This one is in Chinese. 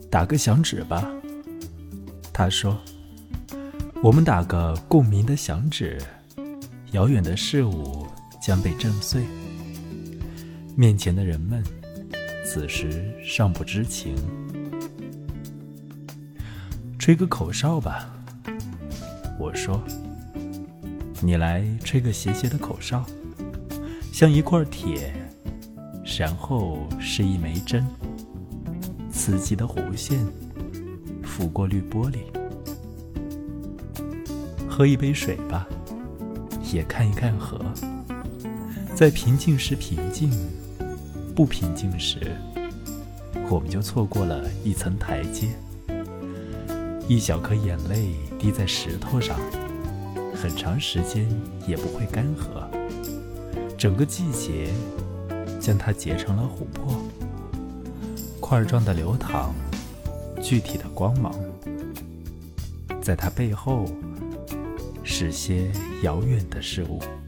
打个响指吧。他说，我们打个共鸣的响指，遥远的事物将被震碎。面前的人们此时尚不知情。吹个口哨吧，我说，你来吹个斜斜的口哨，像一块铁，然后是一枚针，刺激的弧线拂过绿玻璃。喝一杯水吧，也看一看河，在平静时平静，不平静时，我们就错过了一层台阶。一小颗眼泪滴在石头上，很长时间也不会干涸，整个季节将它结成了琥珀，块状的流淌，具体的光芒，在它背后是些遥远的事物。